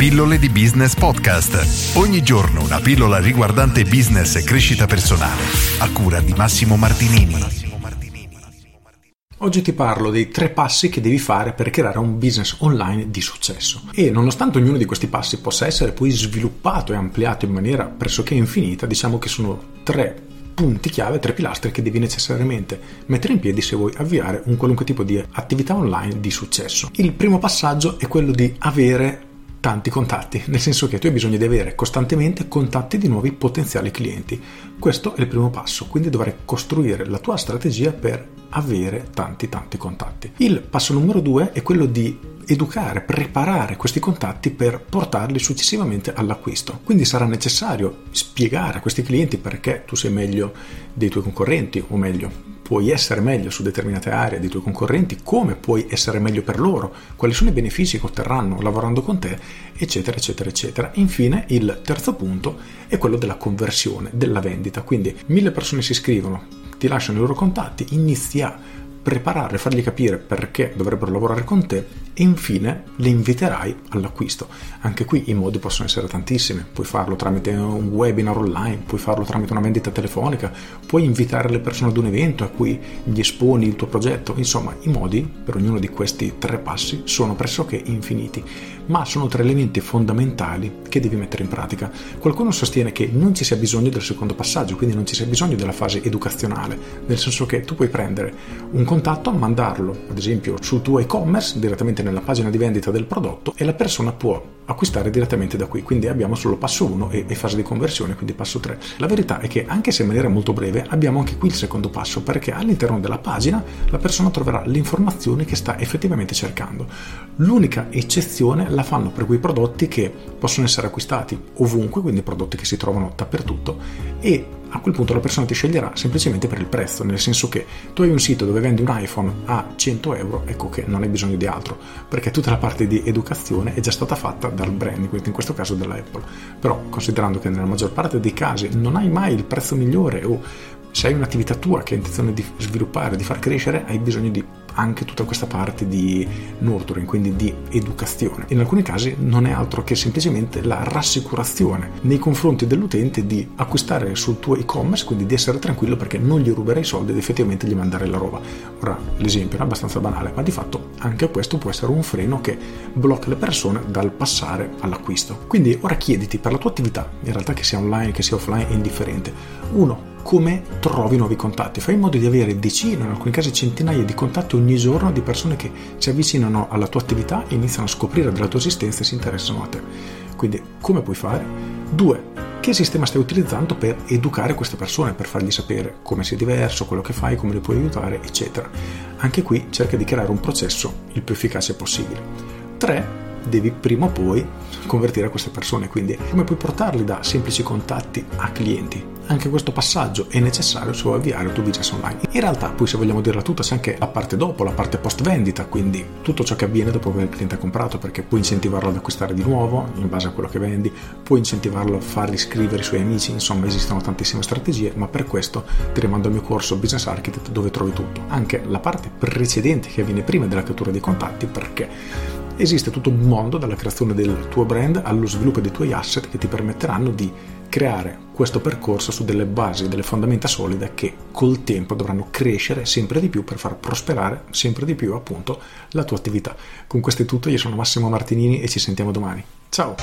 Pillole di Business Podcast. Ogni giorno una pillola riguardante business e crescita personale. A cura di Massimo Martinini. Oggi ti parlo dei 3 passi che devi fare per creare un business online di successo. E nonostante ognuno di questi passi possa essere poi sviluppato e ampliato in maniera pressoché infinita, diciamo che sono 3 punti chiave, 3 pilastri che devi necessariamente mettere in piedi se vuoi avviare un qualunque tipo di attività online di successo. Il primo passaggio è quello di avere tanti contatti, nel senso che tu hai bisogno di avere costantemente contatti di nuovi potenziali clienti. Questo è il primo passo, quindi dovrai costruire la tua strategia per avere tanti contatti. Il passo numero 2 è quello di educare, preparare questi contatti per portarli successivamente all'acquisto. Quindi sarà necessario spiegare a questi clienti perché tu sei meglio dei tuoi concorrenti, o meglio, puoi essere meglio su determinate aree dei tuoi concorrenti, come puoi essere meglio per loro, quali sono i benefici che otterranno lavorando con te, eccetera, eccetera, eccetera. Infine, il terzo punto è quello della conversione, della vendita. Quindi 1000 persone si iscrivono, ti lasciano i loro contatti, inizi a prepararle, fargli capire perché dovrebbero lavorare con te e infine le inviterai all'acquisto. Anche qui i modi possono essere tantissimi, puoi farlo tramite un webinar online, puoi farlo tramite una vendita telefonica, puoi invitare le persone ad un evento a cui gli esponi il tuo progetto. Insomma, i modi per ognuno di questi 3 passi sono pressoché infiniti, ma sono 3 elementi fondamentali che devi mettere in pratica. Qualcuno sostiene che non ci sia bisogno del secondo passaggio, quindi non ci sia bisogno della fase educazionale, nel senso che tu puoi prendere un contatto, mandarlo ad esempio sul tuo e-commerce direttamente nella pagina di vendita del prodotto e la persona può acquistare direttamente da qui. Quindi abbiamo solo passo 1 e fase di conversione, quindi passo 3. La verità è che anche se in maniera molto breve abbiamo anche qui il secondo passo, perché all'interno della pagina la persona troverà le informazioni che sta effettivamente cercando. L'unica eccezione la fanno per quei prodotti che possono essere acquistati ovunque, quindi prodotti che si trovano dappertutto, e a quel punto la persona ti sceglierà semplicemente per il prezzo, nel senso che tu hai un sito dove vendi un iPhone a 100 euro, ecco che non hai bisogno di altro, perché tutta la parte di educazione è già stata fatta dal brand, quindi in questo caso dall'Apple. Però considerando che nella maggior parte dei casi non hai mai il prezzo migliore, o se hai un'attività tua che hai intenzione di sviluppare, di far crescere, hai bisogno di anche tutta questa parte di nurturing, quindi di educazione. In alcuni casi non è altro che semplicemente la rassicurazione nei confronti dell'utente di acquistare sul tuo e-commerce, quindi di essere tranquillo perché non gli ruberai i soldi ed effettivamente gli mandare la roba. Ora l'esempio è abbastanza banale, ma di fatto anche questo può essere un freno che blocca le persone dal passare all'acquisto. Quindi ora chiediti, per la tua attività, in realtà che sia online, che sia offline, è indifferente. 1. Come trovi nuovi contatti? Fai in modo di avere decine, in alcuni casi centinaia di contatti ogni giorno di persone che si avvicinano alla tua attività e iniziano a scoprire della tua esistenza e si interessano a te. Quindi come puoi fare? 2. Che sistema stai utilizzando per educare queste persone, per fargli sapere come sei diverso, quello che fai, come li puoi aiutare, eccetera. Anche qui cerca di creare un processo il più efficace possibile. 3. Devi prima o poi convertire queste persone, quindi come puoi portarli da semplici contatti a clienti. Anche questo passaggio è necessario se vuoi avviare il tuo business online. In realtà poi, se vogliamo dirla tutta, c'è anche la parte dopo, la parte post vendita, quindi tutto ciò che avviene dopo che il cliente ha comprato, perché puoi incentivarlo ad acquistare di nuovo in base a quello che vendi, puoi incentivarlo a far iscrivere i suoi amici, insomma esistono tantissime strategie, ma per questo ti rimando al mio corso Business Architect, dove trovi tutto, anche la parte precedente che avviene prima della cattura dei contatti, perché esiste tutto un mondo, dalla creazione del tuo brand allo sviluppo dei tuoi asset, che ti permetteranno di creare questo percorso su delle basi, delle fondamenta solide che col tempo dovranno crescere sempre di più per far prosperare sempre di più appunto la tua attività. Con questo è tutto, io sono Massimo Martinini e ci sentiamo domani. Ciao!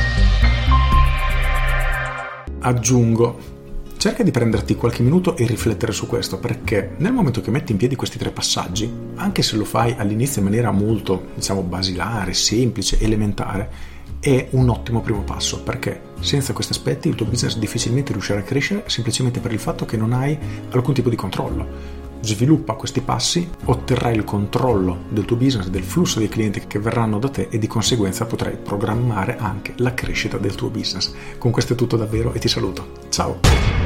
Aggiungo, cerca di prenderti qualche minuto e riflettere su questo, perché nel momento che metti in piedi questi 3 passaggi, anche se lo fai all'inizio in maniera molto, basilare, semplice, elementare, è un ottimo primo passo, perché senza questi aspetti il tuo business difficilmente riuscirà a crescere, semplicemente per il fatto che non hai alcun tipo di controllo. Sviluppa questi passi, otterrai il controllo del tuo business, del flusso dei clienti che verranno da te, e di conseguenza potrai programmare anche la crescita del tuo business. Con questo è tutto davvero e ti saluto. Ciao!